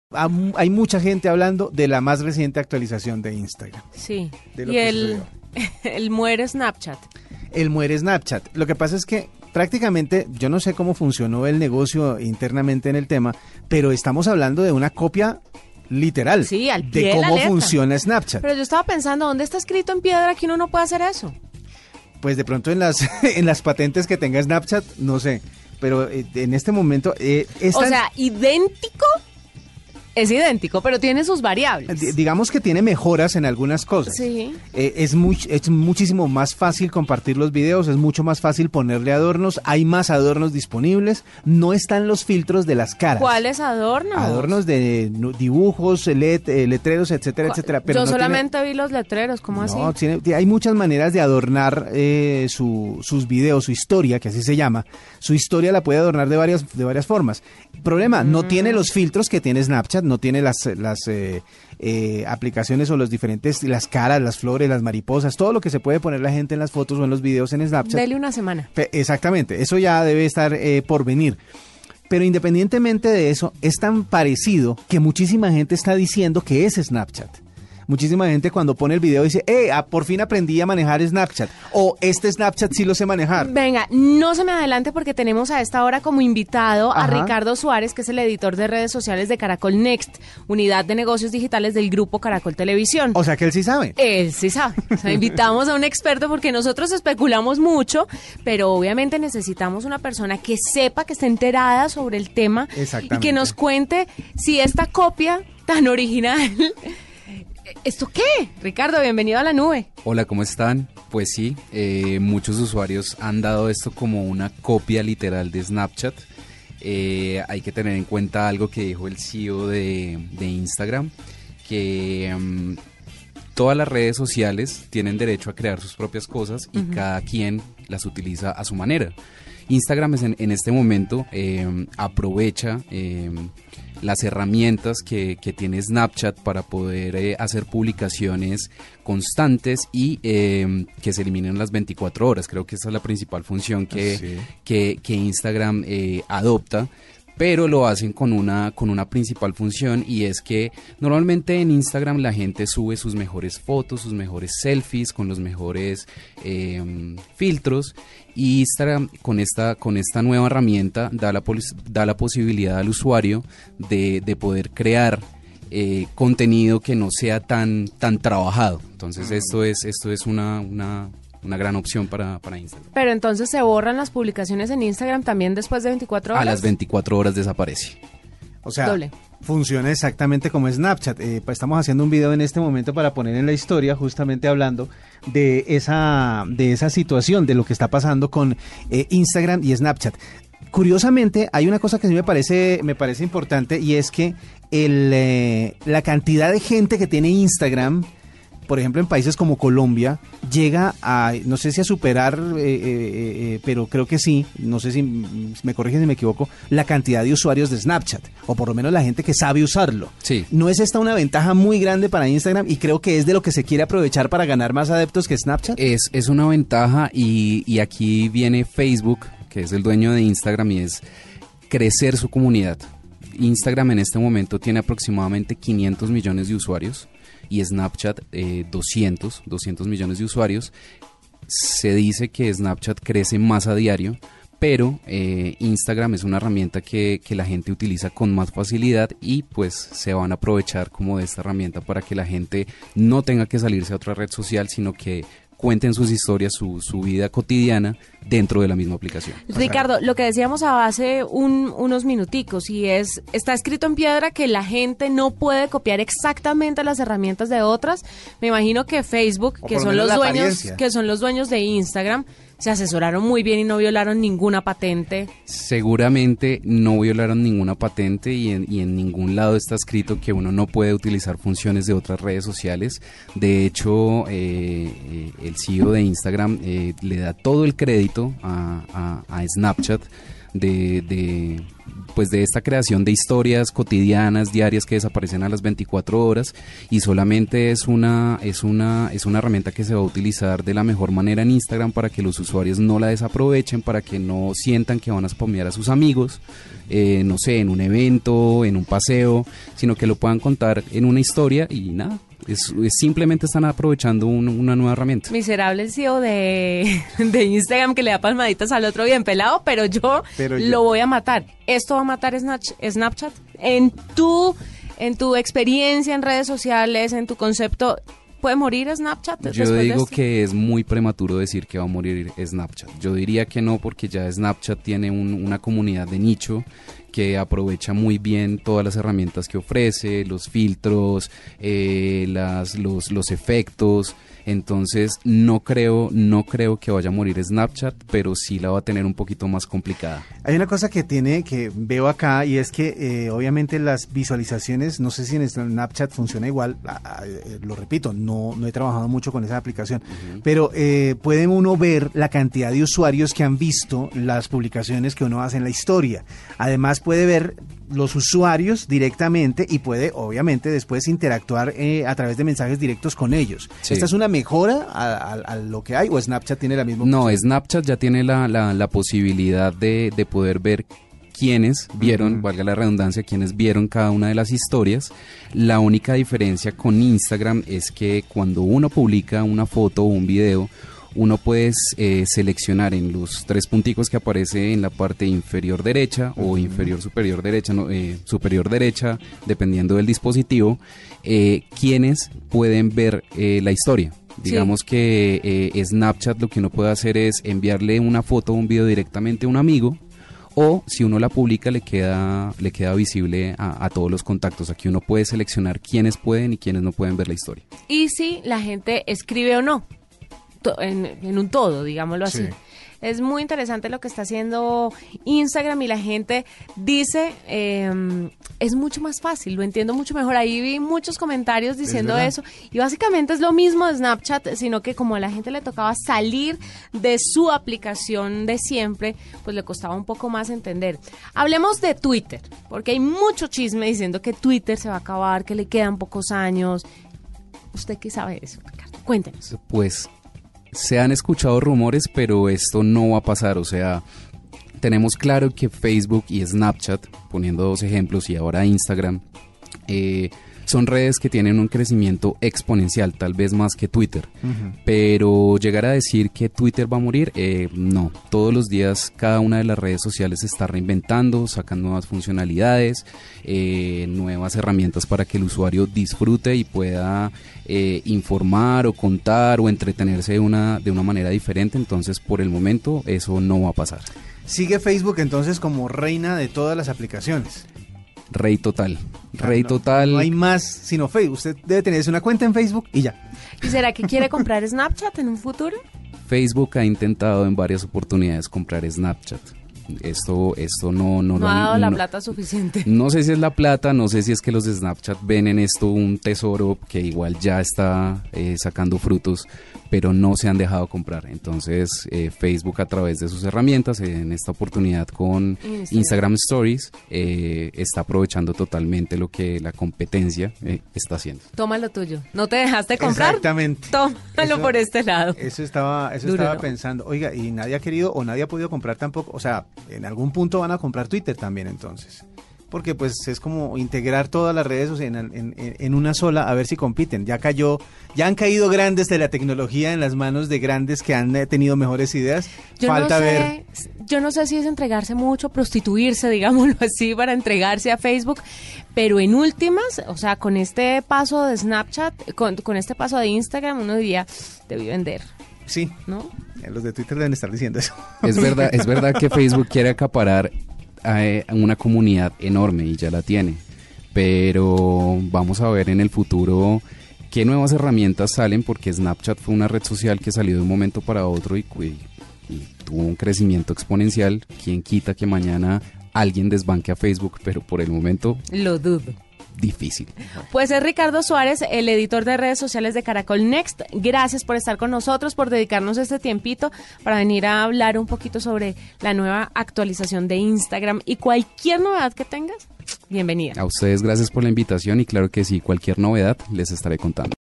Hay mucha gente hablando de la más reciente actualización de Instagram. Sí, De y el muere Snapchat. El muere Snapchat. Lo que pasa es que prácticamente, yo no sé cómo funcionó el negocio internamente en el tema, pero estamos hablando de una copia literal Sí, al pie de de la cómo letra. funciona Snapchat. Pero yo estaba pensando, ¿dónde está escrito en piedra que uno no puede hacer eso? Pues de pronto en las en las patentes que tenga Snapchat, no sé, pero en este momento O sea, idéntico. Es idéntico, pero tiene sus variables. digamos que tiene mejoras en algunas cosas. Sí. Es muchísimo más fácil compartir los videos, es mucho más fácil ponerle adornos, hay más adornos disponibles, no están los filtros de las caras. ¿Cuáles adornos? Adornos de dibujos, letreros, etcétera, etcétera. Pero yo no solamente vi los letreros, ¿cómo así? no, hay muchas maneras de adornar sus videos, su historia, que así se llama. Su historia la puede adornar de varias formas. Problema, no tiene los filtros que tiene Snapchat, no tiene las aplicaciones o las caras, las flores, las mariposas, todo lo que se puede poner la gente en las fotos o en los videos en Snapchat. Dele una semana. Exactamente, eso ya debe estar por venir. Pero independientemente de eso, es tan parecido que muchísima gente está diciendo que es Snapchat. Muchísima gente cuando pone el video dice, por fin aprendí a manejar Snapchat. O este Snapchat sí lo sé manejar. Venga, no se me adelante porque tenemos a esta hora como invitado a Ajá. Ricardo Suárez, que es el editor de redes sociales de Caracol Next, unidad de negocios digitales del grupo Caracol Televisión. O sea que él sí sabe. Él sí sabe. O sea, invitamos a un experto porque nosotros especulamos mucho, pero obviamente necesitamos una persona que sepa, que esté enterada sobre el tema y que nos cuente si esta copia tan original... ¿Esto qué? Ricardo, bienvenido a la nube. Hola, ¿cómo están? Pues sí, muchos usuarios han dado esto como una copia literal de Snapchat. Hay que tener en cuenta algo que dijo el CEO de Instagram, que todas las redes sociales tienen derecho a crear sus propias cosas y cada quien las utiliza a su manera. Instagram en este momento aprovecha las herramientas que tiene Snapchat para poder hacer publicaciones constantes y que se eliminen las 24 horas. Creo que esa es la principal función que Instagram adopta. Pero lo hacen con una principal función, y es que normalmente en Instagram la gente sube sus mejores fotos, sus mejores selfies con los mejores filtros, y Instagram con esta nueva herramienta da la posibilidad al usuario de poder crear contenido que no sea tan trabajado. Entonces esto es una gran opción para Instagram. Pero entonces se borran las publicaciones en Instagram también después de 24 horas. A las 24 horas desaparece. O sea, Doble. funciona exactamente como Snapchat. Estamos haciendo un video en este momento para poner en la historia, justamente hablando de esa situación, de lo que está pasando con Instagram y Snapchat. Curiosamente, hay una cosa que sí me parece importante, y es que la cantidad de gente que tiene Instagram, por ejemplo, en países como Colombia, llega a, no sé si a superar, pero creo que sí, no sé si me corrigen si me equivoco, la cantidad de usuarios de Snapchat, o por lo menos la gente que sabe usarlo. Sí. ¿No es esta una ventaja muy grande para Instagram? Y creo que es de lo que se quiere aprovechar para ganar más adeptos que Snapchat. Es una ventaja, y aquí viene Facebook, que es el dueño de Instagram, y es crecer su comunidad. Instagram en este momento tiene aproximadamente 500 millones de usuarios, y Snapchat 200 millones de usuarios. Se dice que Snapchat crece más a diario, pero Instagram es una herramienta que la gente utiliza con más facilidad, y pues se van a aprovechar como de esta herramienta para que la gente no tenga que salirse a otra red social, sino que cuenten sus historias, su vida cotidiana dentro de la misma aplicación. Ricardo, lo que decíamos hace unos minuticos, y está escrito en piedra que la gente no puede copiar exactamente las herramientas de otras. Me imagino que Facebook, O que por son lo menos los la dueños, apariencia. que son los dueños de Instagram, se asesoraron muy bien y no violaron ninguna patente. Seguramente no violaron ninguna patente, y en ningún lado está escrito que uno no puede utilizar funciones de otras redes sociales. De hecho, el CEO de Instagram le da todo el crédito a Snapchat pues de esta creación de historias cotidianas, diarias, que desaparecen a las 24 horas, y solamente es una herramienta que se va a utilizar de la mejor manera en Instagram para que los usuarios no la desaprovechen, para que no sientan que van a spamear a sus amigos, no sé, en un evento, en un paseo, sino que lo puedan contar en una historia y nada. Simplemente están aprovechando una nueva herramienta. Miserable el CEO de Instagram que le da palmaditas al otro bien pelado, pero yo lo voy a matar. ¿Esto va a matar Snapchat? En tu experiencia en redes sociales, en tu concepto, ¿puede morir Snapchat? Yo digo que es muy prematuro decir que va a morir Snapchat. Yo diría que no, porque ya Snapchat tiene una comunidad de nicho que aprovecha muy bien todas las herramientas que ofrece, los filtros, los efectos. Entonces no creo que vaya a morir Snapchat, pero sí la va a tener un poquito más complicada. Hay una cosa que veo acá, y es que obviamente las visualizaciones, no sé si en Snapchat funciona igual, lo repito, no he trabajado mucho con esa aplicación, pero puede uno ver la cantidad de usuarios que han visto las publicaciones que uno hace en la historia. Además puede ver los usuarios directamente y puede obviamente después interactuar a través de mensajes directos con ellos. Sí. ¿Esta es una mejora a lo que hay, o Snapchat tiene la misma posibilidad? No, Snapchat ya tiene la posibilidad de poder ver quienes vieron, valga la redundancia, quienes vieron cada una de las historias. La única diferencia con Instagram es que cuando uno publica una foto o un video, uno puede seleccionar en los 3 punticos que aparece en la parte inferior derecha o inferior superior derecha, superior derecha, dependiendo del dispositivo, quienes pueden ver la historia. Digamos que Snapchat lo que uno puede hacer es enviarle una foto o un video directamente a un amigo, o si uno la publica le queda visible a todos los contactos. Aquí uno puede seleccionar quiénes pueden y quiénes no pueden ver la historia. Y si la gente escribe o no. En un todo, digámoslo así. Sí. Es muy interesante lo que está haciendo Instagram, y la gente dice, es mucho más fácil, lo entiendo mucho mejor. Ahí vi muchos comentarios diciendo eso, y básicamente es lo mismo de Snapchat, sino que como a la gente le tocaba salir de su aplicación de siempre, pues le costaba un poco más entender. Hablemos de Twitter, porque hay mucho chisme diciendo que Twitter se va a acabar, que le quedan pocos años. ¿Usted qué sabe de eso, Ricardo? Cuéntenos. Pues se han escuchado rumores, pero esto no va a pasar. O sea, tenemos claro que Facebook y Snapchat, poniendo 2 ejemplos, y ahora Instagram, son redes que tienen un crecimiento exponencial, tal vez más que Twitter. Pero llegar a decir que Twitter va a morir, no. Todos los días cada una de las redes sociales se está reinventando, sacan nuevas funcionalidades, nuevas herramientas para que el usuario disfrute y pueda informar o contar o entretenerse de una manera diferente. Entonces, por el momento, eso no va a pasar. ¿Sigue Facebook entonces como reina de todas las aplicaciones? Rey total, rey total. No hay más sino Facebook. Usted debe tenerse una cuenta en Facebook y ya. ¿Y será que quiere comprar Snapchat en un futuro? Facebook ha intentado en varias oportunidades comprar Snapchat. Esto no ha dado la plata suficiente. No sé si es la plata, no sé si es que los de Snapchat ven en esto un tesoro que igual ya está sacando frutos, pero no se han dejado comprar. Entonces Facebook, a través de sus herramientas, en esta oportunidad con Instagram Stories, está aprovechando totalmente lo que la competencia está haciendo. Toma lo tuyo. ¿No te dejaste comprar? Exactamente. Tómalo por este lado. Eso estaba pensando. Oiga, y nadie ha querido o nadie ha podido comprar tampoco. O sea, en algún punto van a comprar Twitter también, entonces. Porque pues es como integrar todas las redes en una sola, a ver si compiten. Ya han caído grandes de la tecnología en las manos de grandes que han tenido mejores ideas. Ver. Yo no sé si es entregarse mucho, prostituirse, digámoslo así, para entregarse a Facebook, pero en últimas, o sea, con este paso de Snapchat, con este paso de Instagram, uno diría, debí vender. Sí, ¿no? Los de Twitter deben estar diciendo eso. Es verdad que Facebook quiere acaparar a una comunidad enorme y ya la tiene, pero vamos a ver en el futuro qué nuevas herramientas salen, porque Snapchat fue una red social que salió de un momento para otro y tuvo un crecimiento exponencial. Quién quita que mañana alguien desbanque a Facebook, pero por el momento lo dudo. difícil. Pues es Ricardo Suárez, el editor de redes sociales de Caracol Next. Gracias por estar con nosotros, por dedicarnos este tiempito para venir a hablar un poquito sobre la nueva actualización de Instagram y cualquier novedad que tengas, bienvenida. A ustedes gracias por la invitación y claro que sí, cualquier novedad les estaré contando.